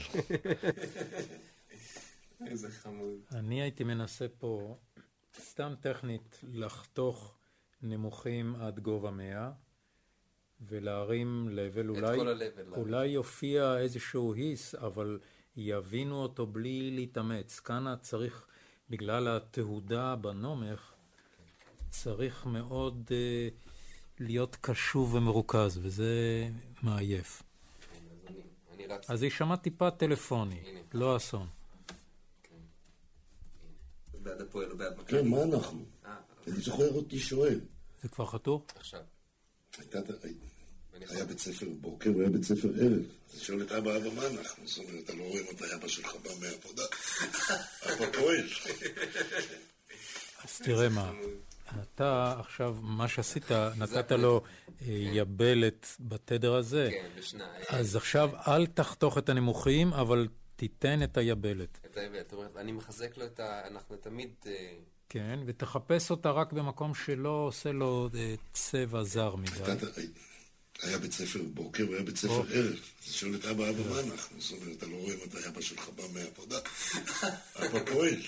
איזה חמוד. אני הייתי מנסה פה, סתם טכנית, לחתוך נמוכים עד גובה 100, ולהרים לבל, אולי יופיע איזשהו היס, אבל יבינו אותו בלי להתאמץ. כאן צריך, בגלל התהודה בנומך, צריך מאוד להיות קשוב ומרוכז, וזה מעייף. אז היא שמעה טיפה טלפוני, לא אסון. בעד הפועל או בעד מכבי. כן, מה אנחנו? אני זוכר אותי שואל. זה כבר חתוך? עכשיו. היה בית ספר בוקר והיה בית ספר ערב. אני שואל את אבא, מה אנחנו? זאת אומרת, אתה לא רואה מתי אבא שלך בא מהעבודה? אבא פועל. אז תראה מה. אתה עכשיו, מה שעשית, נתת לו יבלת בתדר הזה. כן, בשניים. אז עכשיו אל תחתוך את הנמוכים, אבל תיתן את היבלת. את היבלת, זאת אומרת, אני מחזק לו את אנחנו תמיד... כן, ותחפש אותה רק במקום שלא עושה לו צבע זר מדי. היה בית ספר בוקר והיה בית ספר ערב. אז שואל את אבא, מה אנחנו? זאת אומרת, אתה לא רואה מתי אבא שלך בא מהעבודה? אבא פועל.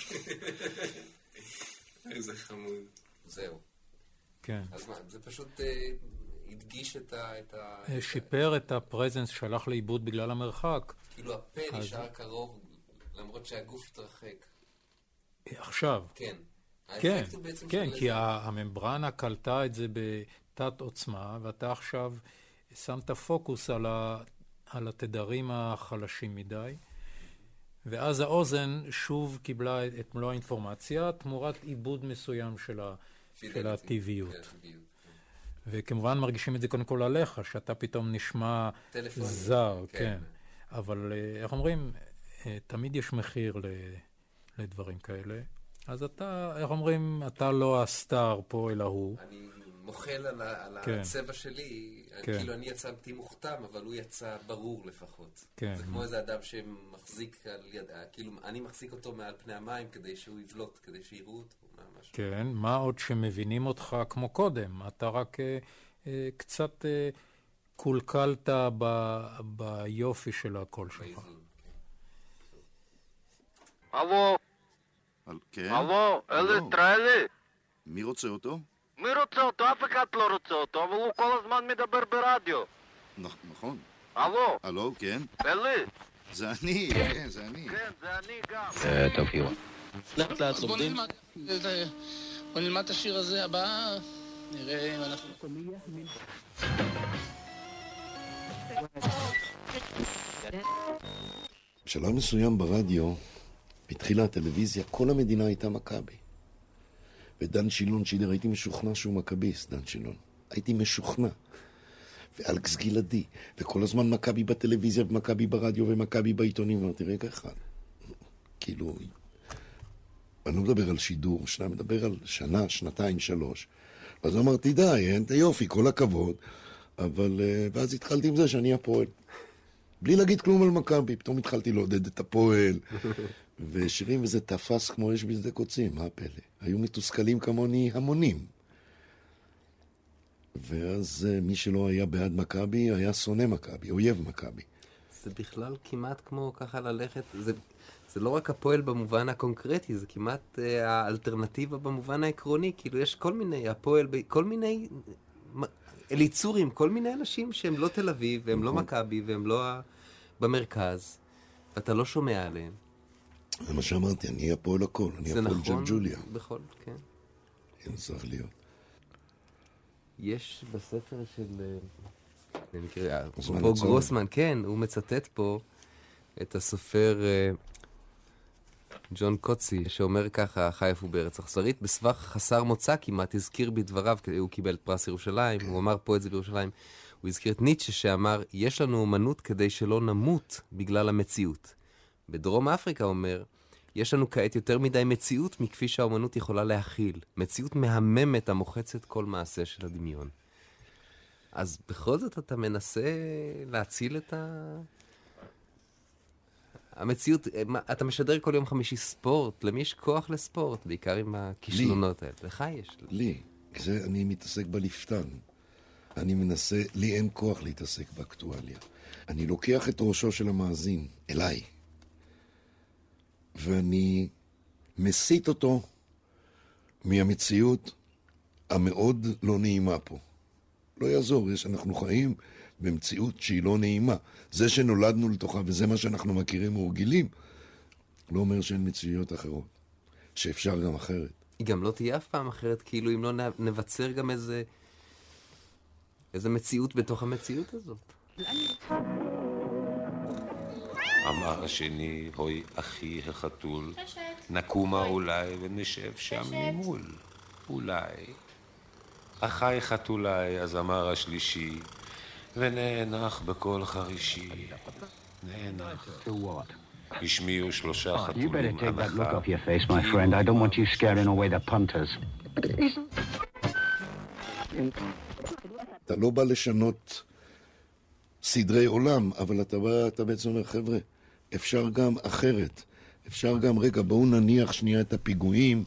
איזה חמוד. זהו. כן. אז מה, זה פשוט הדגיש את שיפר את הפרזנס שהלך לאיבוד בגלל המרחק. כאילו הפה נשאר קרוב, למרות שהגוף התרחק. עכשיו. כן. כן, כן, כי הממברנה קלטה את זה בתת עוצמה, ואתה עכשיו שמת פוקוס על התדרים החלשים מדי, ואז האוזן שוב קיבלה את מלוא האינפורמציה, תמורת עיבוד מסוים של הטבעיות. וכמובן מרגישים את זה קודם כל עליך, שאתה פתאום נשמע זר, כן. אבל איך אומרים, תמיד יש מחיר לדברים כאלה. אז אתה, איך אומרים, אתה לא הסטאר פה אלא הוא. אני מוחל על הצבע שלי, כאילו אני יצאתי מוכתם, אבל הוא יצא ברור לפחות. זה כמו איזה אדם שמחזיק על יד, כאילו אני מחזיק אותו מעל פני המים כדי שהוא יבלוט, כדי שיראו אותו. כן, מה עוד שמבינים אותך כמו קודם, אתה רק קצת קולקלת ביופי של הקול שלך. הלו? כן? הלו, אלה ישראלי? מי רוצה אותו? מי רוצה אותו? אף אחד לא רוצה אותו, אבל הוא כל הזמן מדבר ברדיו. נכון. הלו? הלו, כן? אלי? זה אני, כן, זה אני. כן, זה אני גם. טוב, יורה. לאט לאט לומדים. בוא נלמד את השיר הזה הבא, נראה אם אנחנו... בשלב מסוים ברדיו, התחילה הטלוויזיה, כל המדינה הייתה מכבי. ודן שילון שידר, הייתי משוכנע שהוא מכביסט, דן שילון. הייתי משוכנע. ואלכס גלעדי, וכל הזמן מכבי בטלוויזיה, ומכבי ברדיו, ומכבי בעיתונים. אמרתי, רגע אחד. כאילו, אני לא מדבר על שידור, מדבר על שנה, שנתיים, 3. אז אמרתי, די, אין את היופי, כל הכבוד. אבל, ואז התחלתי עם זה שאני הפועל. בלי להגיד כלום על מכבי, פתאום התחלתי לעודד את הפועל. ושירים וזה תפס כמו אש בשדה קוצים, מה הפלא? היו מתוסכלים כמוני המונים. ואז מי שלא היה בעד מכבי, היה שונא מכבי, אויב מכבי. זה בכלל כמעט כמו ככה ללכת, זה לא רק הפועל במובן הקונקרטי, זה כמעט האלטרנטיבה במובן העקרוני, כאילו יש כל מיני, הפועל, כל מיני אליצורים, כל מיני אנשים שהם לא תל אביב, והם לא מכבי, והם לא במרכז, ואתה לא שומע עליהם. זה מה שאמרתי, אני הפועל הכל, אני הפועל של ג'וליה. זה נכון, בכל, כן. כן, צריך להיות. יש בספר של בו גרוסמן, כן, הוא מצטט פה את הסופר ג'ון קוצי, שאומר ככה, חייף הוא בארץ אכזרית, בסבך חסר מוצא כמעט, הזכיר בדבריו, הוא קיבל את פרס ירושלים, הוא אמר פה את זה בירושלים, הוא הזכיר את ניטשה שאמר, יש לנו אומנות כדי שלא נמות בגלל המציאות. בדרום אפריקה אומר, יש לנו כעת יותר מדי מציאות מכפי שהאומנות יכולה להכיל. מציאות מהממת המוחצת כל מעשה של הדמיון. אז בכל זאת אתה מנסה להציל את המציאות. אתה משדר כל יום חמישי ספורט. למי יש כוח לספורט? בעיקר עם הכישלונות האלה. לך יש. לי. זה אני מתעסק בלפתן. אני מנסה, לי אין כוח להתעסק באקטואליה. אני לוקח את ראשו של המאזין אליי. ואני מסית אותו מהמציאות המאוד לא נעימה פה. לא יעזור, אנחנו חיים במציאות שהיא לא נעימה. זה שנולדנו לתוכה וזה מה שאנחנו מכירים ורגילים, לא אומר שאין מציאויות אחרות. שאפשר גם אחרת. היא גם לא תהיה אף פעם אחרת, כאילו אם לא נבצר גם איזה מציאות בתוך המציאות הזאת. אמר השני, הוי אחי החתול, נקומה אולי ונשב שם ממול. אולי. אחי חתולי, אז אמר השלישי, ונאנח בקול חרישי. נאנח. השמיעו 3 חתולים הנחה. אתה לא בא לשנות סדרי עולם, אבל אתה בעצם אומר, חבר'ה, אפשר גם אחרת. אפשר גם, רגע, בואו נניח שנייה את הפיגועים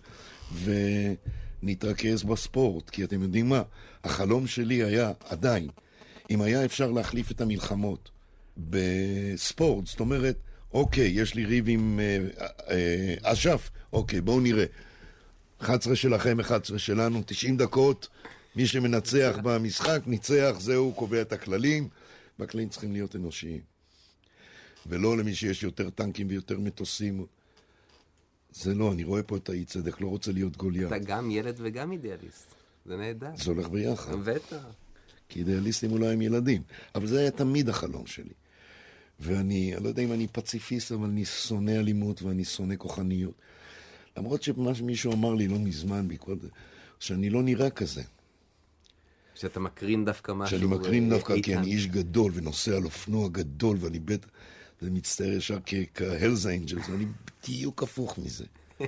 ונתרכז בספורט, כי אתם יודעים מה? החלום שלי היה, עדיין, אם היה אפשר להחליף את המלחמות בספורט, זאת אומרת, אוקיי, יש לי ריב עם אשף, אוקיי, בואו נראה. 11 שלכם, 11 שלנו, 90 דקות, מי שמנצח במשחק, ניצח, זהו, קובע את הכללים. והכללים צריכים להיות אנושיים. ולא למי שיש יותר טנקים ויותר מטוסים. זה לא, אני רואה פה את האי צדק, לא רוצה להיות גוליית. אתה גם ילד וגם אידיאליסט. זה נהדר. זה הולך ביחד. בטח. כי אידיאליסטים אולי הם ילדים. אבל זה היה תמיד החלום שלי. ואני לא יודע אם אני פציפיסט, אבל אני שונא אלימות ואני שונא כוחניות. למרות שמה שמישהו אמר לי לא מזמן, שאני לא נראה כזה. שאתה מקרין דווקא משהו. שאני מקרין דווקא כי אני איש גדול ונוסע על אופנוע גדול, ואני בטח, זה מצטער ישר כהלס אנג'לס, ואני בדיוק הפוך מזה.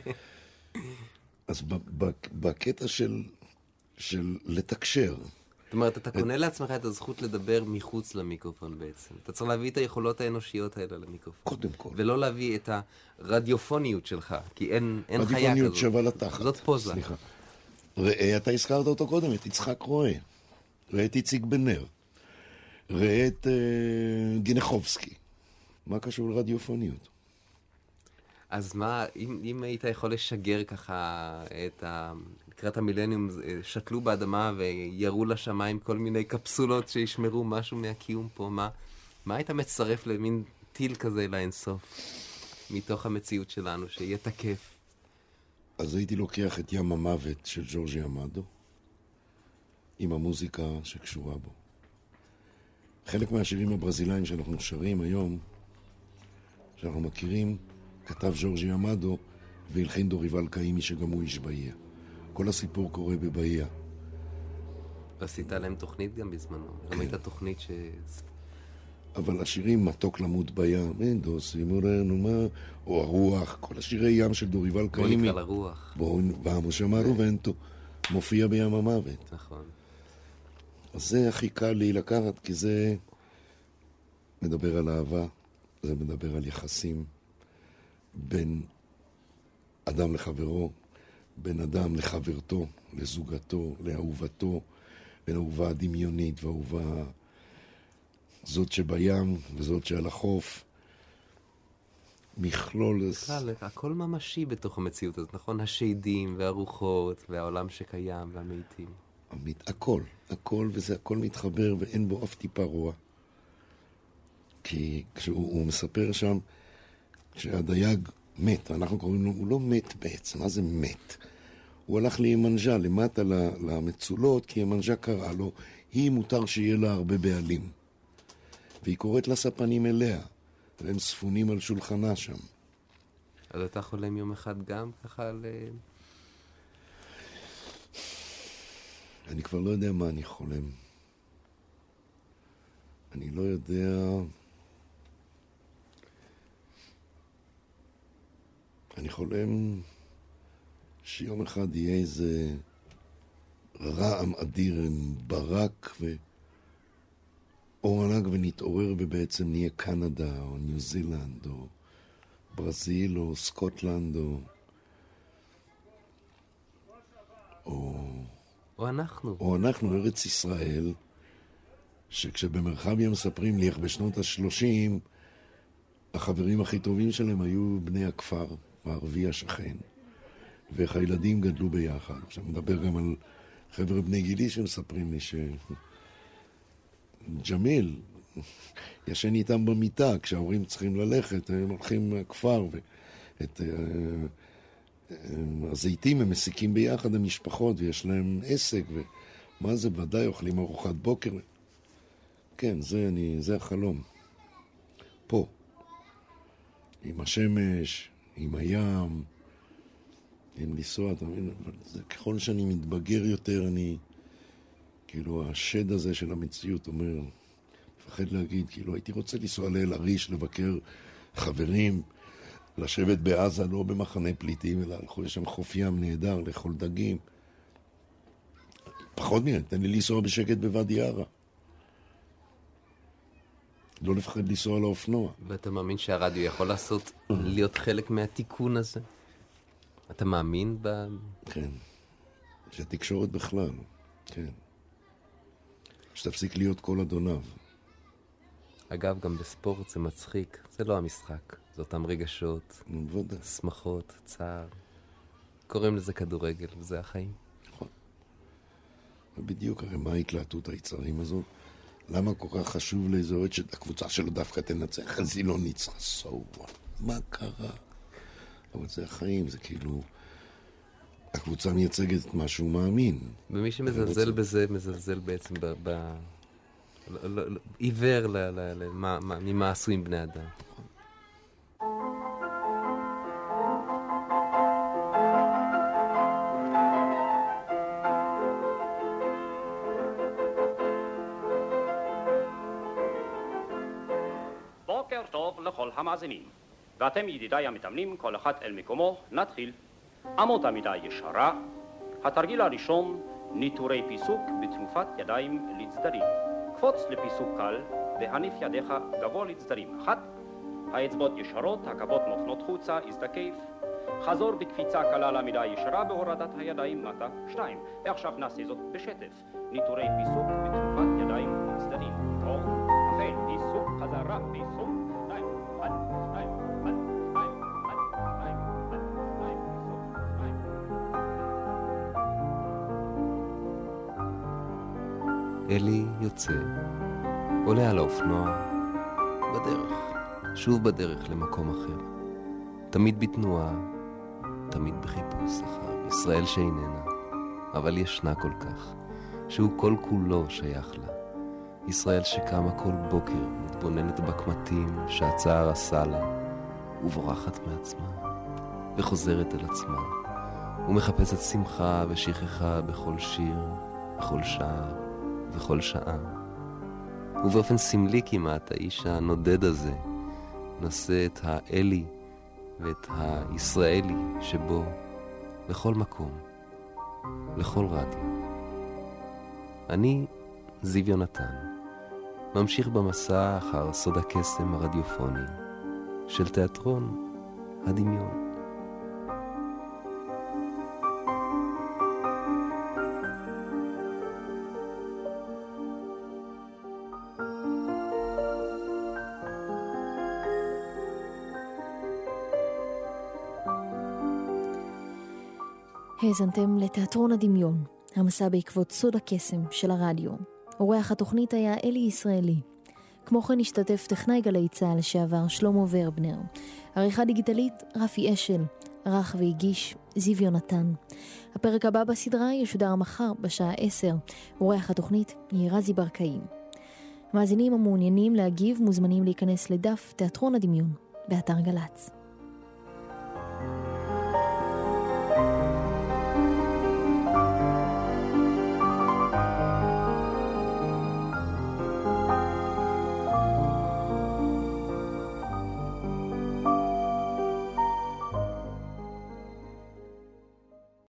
אז בקטע של לתקשר. זאת אומרת, אתה קונה לעצמך את הזכות לדבר מחוץ למיקרופון בעצם. אתה צריך להביא את היכולות האנושיות האלה למיקרופון. קודם כל. ולא להביא את הרדיופוניות שלך, כי אין חיה כזאת. רדיופוניות שווה לתחת. זאת פוזה. סליחה. ראה, אתה הזכרת אותו קודם, את יצחק רואה. ראה את איציק בנר. ראה את גינחובסקי. מה קשור לרדיופוניות? אז מה, אם היית יכול לשגר ככה לקראת המילניום, שתלו באדמה וירו לשמיים כל מיני קפסולות שישמרו משהו מהקיום פה, מה היית מצרף למין טיל כזה לאינסוף, מתוך המציאות שלנו, שיהיה תקף? אז הייתי לוקח את ים המוות של ג'ורג'י אמדו, עם המוזיקה שקשורה בו. חלק מהשירים הברזילאים שאנחנו שרים היום, שאנחנו מכירים, כתב ג'ורג'י אמדו והלחין דוריבל קאימי שגם הוא איש באייה. כל הסיפור קורה בבאייה. ועשית להם תוכנית גם בזמנו. כן. גם הייתה תוכנית ש... אבל השירים מתוק למות בים, דוסי מורנו מה, או הרוח, כל השירי ים של דוריבל קאימי. בוא נקרא לרוח. vamos chamar o vento, מופיע בים המוות. נכון. אז זה הכי קל לי לקחת, כי זה מדבר על אהבה, זה מדבר על יחסים בין אדם לחברו, בין אדם לחברתו, לזוגתו, לאהובתו, בין אהובה דמיונית ואהובה זאת שבים וזאת שעל החוף. מכלול... בכלל, הכל ממשי בתוך המציאות הזאת, נכון? השדים והרוחות והעולם שקיים והמתים. הכל, וזה הכל מתחבר ואין בו אף טיפה רוע. כי כשהוא מספר שם שהדייג מת, אנחנו קוראים לו, הוא לא מת בעצם, מה זה מת? הוא הלך לימנג'ה, למטה למצולות, כי ימנג'ה קראה לו, היא מותר שיהיה לה הרבה בעלים. והיא קוראת לספנים אליה, והם ספונים על שולחנה שם. אז אתה חולם יום אחד גם ככה אני כבר לא יודע מה אני חולם. אני לא יודע... אני חולם שיום אחד יהיה איזה רעם אדיר עם ברק ואור ענק ונתעורר ובעצם נהיה קנדה או ניו זילנד או ברזיל או סקוטלנד או אנחנו. או אנחנו, ארץ ישראל, שכשבמרחביה מספרים לי איך בשנות ה-30 החברים הכי טובים שלהם היו בני הכפר הערבי השכן, ואיך הילדים גדלו ביחד. עכשיו מדבר גם על חבר'ה בני גילי שמספרים לי ג'מיל ישן איתם במיטה כשההורים צריכים ללכת, הם הולכים מהכפר ואת הזיתים הם מסיקים ביחד המשפחות ויש להם עסק ומה זה ודאי אוכלים ארוחת בוקר. כן, זה החלום. פה. עם השמש, עם הים, עם לנסוע, אתה מבין? אבל זה, ככל שאני מתבגר יותר, אני, כאילו, השד הזה של המציאות אומר, מפחד להגיד, כאילו, הייתי רוצה לנסוע לאל עריש, לבקר חברים, לשבת בעזה, לא במחנה פליטים, אלא יש שם חוף ים נהדר, לאכול דגים. פחות מהם, תן לי לנסוע בשקט בוואדי ערה. לא לפחד לנסוע לאופנוע. ואתה מאמין שהרדיו יכול להיות חלק מהתיקון הזה? אתה מאמין כן. שהתקשורת בכלל, כן. שתפסיק להיות כל אדוניו. אגב, גם בספורט זה מצחיק. זה לא המשחק. זה אותם רגשות, שמחות, צער. קוראים לזה כדורגל, וזה החיים. נכון. ובדיוק, הרי מה ההתלהטות היצרים הזאת? למה כל כך חשוב לאיזה אוהד שהקבוצה שלו דווקא תנצח? אז היא לא ניצחה, מה קרה? אבל זה החיים, זה כאילו... הקבוצה מייצגת את מה שהוא מאמין. ומי שמזלזל בזה, מזלזל בעצם עיוור ממה עשויים בני אדם. בוקר טוב לכל המאזינים. ואתם ידידיי המתאמנים, כל אחד אל מקומו, נתחיל. אמות המידה ישרה. התרגיל הראשון, ניטורי פיסוק בתנופת ידיים לצדדים. קפוץ לפיסוק קל והניף ידיך גבוה לצדדים. 1. האצבעות ישרות, הכפות מופנות חוצה, הזדקף. חזור בקפיצה קלה לעמידה ישרה בהורדת הידיים מטה. 2. ועכשיו נעשה זאת בשטף. ניטורי פיסוק בתנופת ידיים לצדדים. טוב, החל, פיסוק, חזרה, פיסוק. אלי יוצא, עולה על האופנוע, בדרך, שוב בדרך למקום אחר. תמיד בתנועה, תמיד בחיפוש אחר ישראל שאיננה, אבל ישנה כל כך, שהוא כל כולו שייך לה. ישראל שקמה כל בוקר, מתבוננת בקמטים שהצער עשה לה, ובורחת מעצמה, וחוזרת אל עצמה, ומחפשת שמחה ושכחה בכל שיר, בכל שער, בכל שעה. ובאופן סמלי כמעט, האיש הנודד הזה נושא את האלי ואת הישראלי שבו בכל מקום, לכל רדיו. אני זיו יונתן, ממשיך במסע אחר סוד הקסם הרדיופוני של תיאטרון הדמיון. האזנתם לתיאטרון הדמיון, המסע בעקבות סוד הקסם של הרדיו. אורח התוכנית היה אלי ישראלי. כמו כן השתתף טכנאי גלי צהל לשעבר שלמה ורבנר. עריכה דיגיטלית רפי אשל, ערך והגיש זיו יונתן. הפרק הבא בסדרה ישודר מחר בשעה 10. אורח התוכנית יהיה רזי ברקאים. מאזינים המעוניינים להגיב מוזמנים להיכנס לדף תיאטרון הדמיון באתר גלץ.